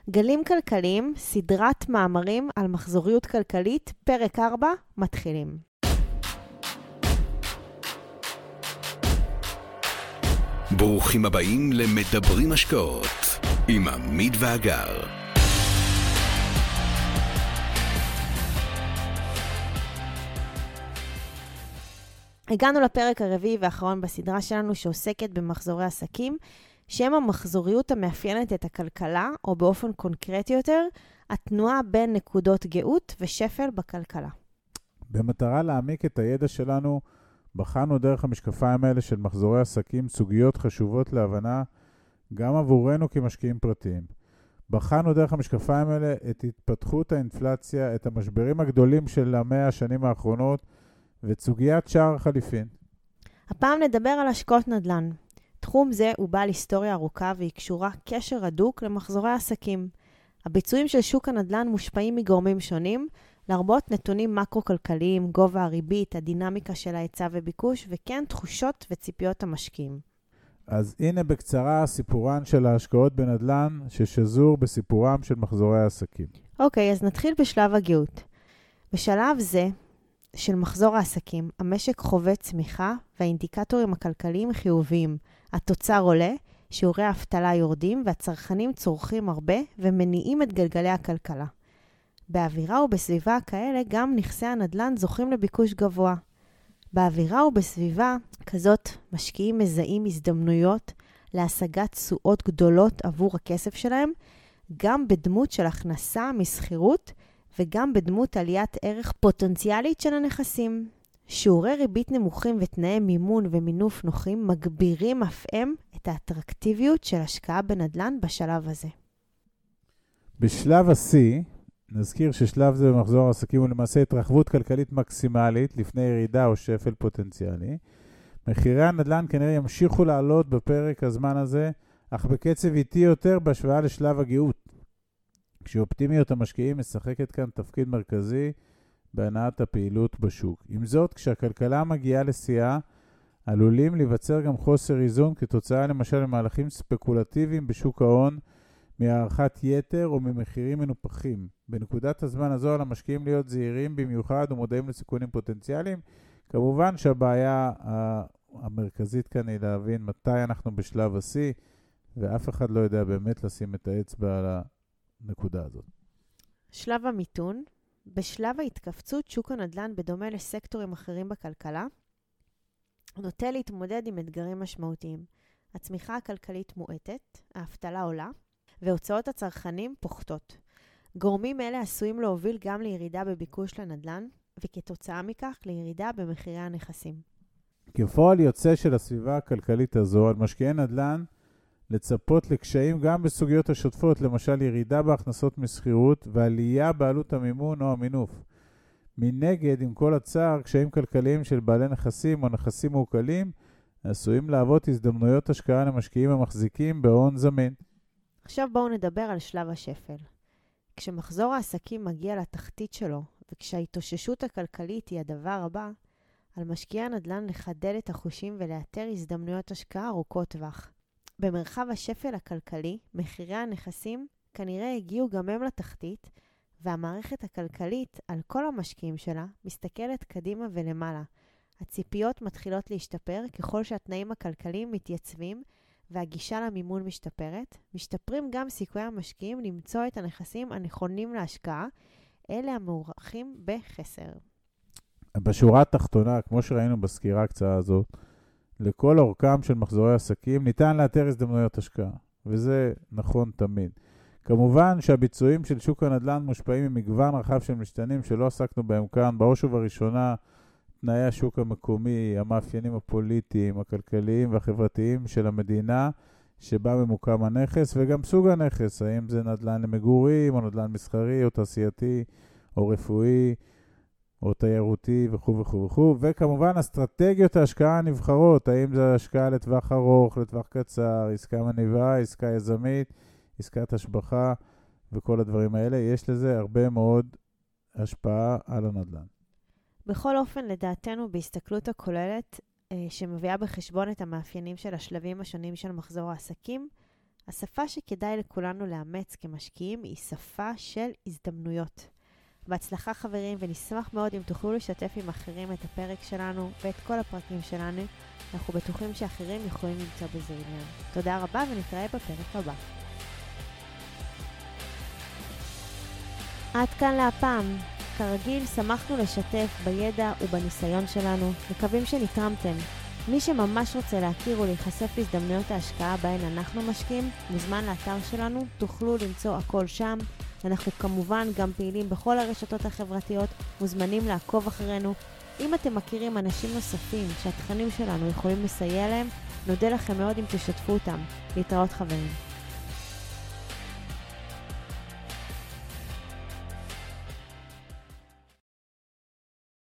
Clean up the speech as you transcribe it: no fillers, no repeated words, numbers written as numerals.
גלים כלכליים, סדרת מאמרים על מחזוריות כלכלית, פרק 4, מתחילים. ברוכים הבאים למדברים השקעות עם עמית ואגר. הגענו לפרק הרביעי והאחרון בסדרה שלנו שעוסקת במחזורי עסקים, שהם המחזוריות המאפיינת את הכלכלה, או באופן קונקרטי יותר, התנועה בין נקודות גאות ושפל בכלכלה. במטרה להעמיק את הידע שלנו, בחנו דרך המשקפיים האלה של מחזורי עסקים סוגיות חשובות להבנה גם עבורנו כמשקיעים פרטיים. בחנו דרך המשקפיים האלה את התפתחות האינפלציה, את המשברים הגדולים של 100 השנים האחרונות ואת סוגיית שער החליפין. הפעם נדבר על השקעות נדל"ן. תחום זה הוא בעל היסטוריה ארוכה והיא קשורה קשר הדוק למחזורי עסקים. הביצועים של שוק הנדל"ן מושפעים מגורמים שונים, לרבות נתונים מקרו-כלכליים, גובה הריבית, הדינמיקה של ההיצע וביקוש, וכן תחושות וציפיות המשקיעים. אז הנה בקצרה סיפורן של ההשקעות בנדל"ן ששזור בסיפורם של מחזורי העסקים. אוקיי, אז נתחיל בשלב הגאות. בשלב זה של מחזור העסקים, המשק חווה צמיחה והאינדיקטורים הכלכליים חיוביים. התוצר עולה, שיעורי האבטלה יורדים והצרכנים צורכים הרבה ומניעים את גלגלי הכלכלה. באווירה ובסביבה כאלה גם נכסי הנדל"ן זוכים לביקוש גבוה. באווירה ובסביבה כזאת משקיעים מזהים הזדמנויות להשגת תשואות גדולות עבור הכסף שלהם, גם בדמות של הכנסה מסחירות וגם בדמות עליית ערך פוטנציאלית של הנכסים. שיעורי ריבית נמוכים ותנאי מימון ומינוף נוחים מגבירים אף הם את האטרקטיביות של השקעה בנדל"ן בשלב הזה. בשלב ה-C, נזכיר ששלב זה במחזור העסקים הוא למעשה התרחבות כלכלית מקסימלית לפני ירידה או שפל פוטנציאלי. מחירי הנדל"ן כנראה ימשיכו לעלות בפרק הזמן הזה, אך בקצב איטי יותר בהשוואה לשלב הגאות. כשאופטימיות המשקיעים משחקת כאן תפקיד מרכזי בהנעת הפעילות בשוק. עם זאת, כשהכלכלה מגיעה לשיאה, עלולים להיווצר גם חוסר איזון כתוצאה למשל למהלכים ספקולטיביים בשוק ההון, מהערכת יתר או ממחירים מנופחים. בנקודת הזמן הזו על המשקיעים להיות זהירים במיוחד ומודעים לסיכונים פוטנציאליים. כמובן שהבעיה המרכזית כאן היא להבין מתי אנחנו בשלב ה-C, ואף אחד לא יודע באמת לשים את האצבע על הנקודה הזאת. שלב המיתון. בשלב ההתכווצות, שוק הנדל"ן בדומה לסקטורים אחרים בכלכלה, נוטה להתמודד עם אתגרים משמעותיים. הצמיחה הכלכלית מועטת, האבטלה עולה, והוצאות הצרכנים פוחתות. גורמים אלה עשויים להוביל גם לירידה בביקוש לנדל"ן, וכתוצאה מכך לירידה במחירי הנכסים. כפועל יוצא של הסביבה הכלכלית הזו, על משקיעי נדל"ן לצפות לקשיים גם בסוגיות השוטפות, למשל ירידה בהכנסות מסחירות ועלייה בעלות המימון או המינוף. מנגד, עם כל הצער, קשיים כלכליים של בעלי נכסים או נכסים מעוקלים, עשויים להוות הזדמנויות השקעה למשקיעים המחזיקים בהון זמין. עכשיו בואו נדבר על שלב השפל. כשמחזור העסקים מגיע לתחתית שלו, וכשההתאוששות הכלכלית היא הדבר הבא, על משקיעי הנדל"ן לחדד את החושים ולאתר הזדמנויות השקעה ארוכות טווח. במרחב השפל הכלכלי, מחירי הנכסים כנראה הגיעו גם הם לתחתית, והמערכת הכלכלית על כל המשקיעים שלה מסתכלת קדימה ולמעלה. הציפיות מתחילות להשתפר ככל שהתנאים הכלכליים מתייצבים והגישה למימון משתפרת. משתפרים גם סיכויי המשקיעים למצוא את הנכסים הנכונים להשקעה, אלה המוערכים בחסר. בשורה התחתונה, כמו שראינו בסקירה הקצרה הזאת, לכל אורכם של מחזורי עסקים ניתן לאתר הזדמנויות השקעה, וזה נכון תמיד. כמובן שהביצועים של שוק הנדל"ן מושפעים ממגוון רחב של משתנים שלא עסקנו בהם כאן, בראש ובראשונה תנאי השוק המקומי, המאפיינים הפוליטיים, הכלכליים והחברתיים של המדינה שבה ממוקם הנכס, וגם סוג הנכס, האם זה נדל"ן למגורים או נדל"ן מסחרי או תעשייתי או רפואי או תיירותי וכו' וכו' וכו', וכמובן אסטרטגיות ההשקעה הנבחרות, האם זה השקעה לטווח ארוך, לטווח קצר, עסקה מניבה, עסקה יזמית, עסקת השבחה וכל הדברים האלה, יש לזה הרבה מאוד השפעה על הנדל"ן. בכל אופן, לדעתנו, בהסתכלות הכוללת שמביאה בחשבון את המאפיינים של השלבים השונים של מחזור העסקים, השפה שכדאי לכולנו לאמץ כמשקיעים היא שפה של הזדמנויות. בהצלחה חברים, ונשמח מאוד אם תוכלו לשתף עם אחרים את הפרק שלנו ואת כל הפרקים שלנו. אנחנו בטוחים שאחרים יכולים למצוא בזה עניין. תודה רבה ונתראה בפרק הבא. עד כאן להפעם. כרגיל, שמחנו לשתף בידע ובניסיון שלנו. מקווים שנתרמתם. מי שממש רוצה להכיר ולהיחשף להזדמנויות ההשקעה בהן אנחנו משקיעים, מוזמן לאתר שלנו, תוכלו למצוא הכל שם. אנחנו כמובן גם פעילים בכל הרשתות החברתיות, מוזמנים לעקוב אחרינו. אם אתם מכירים אנשים נוספים שהתכנים שלנו יכולים לסייע להם, נודה לכם מאוד אם תשתפו אותם. להתראות חברים.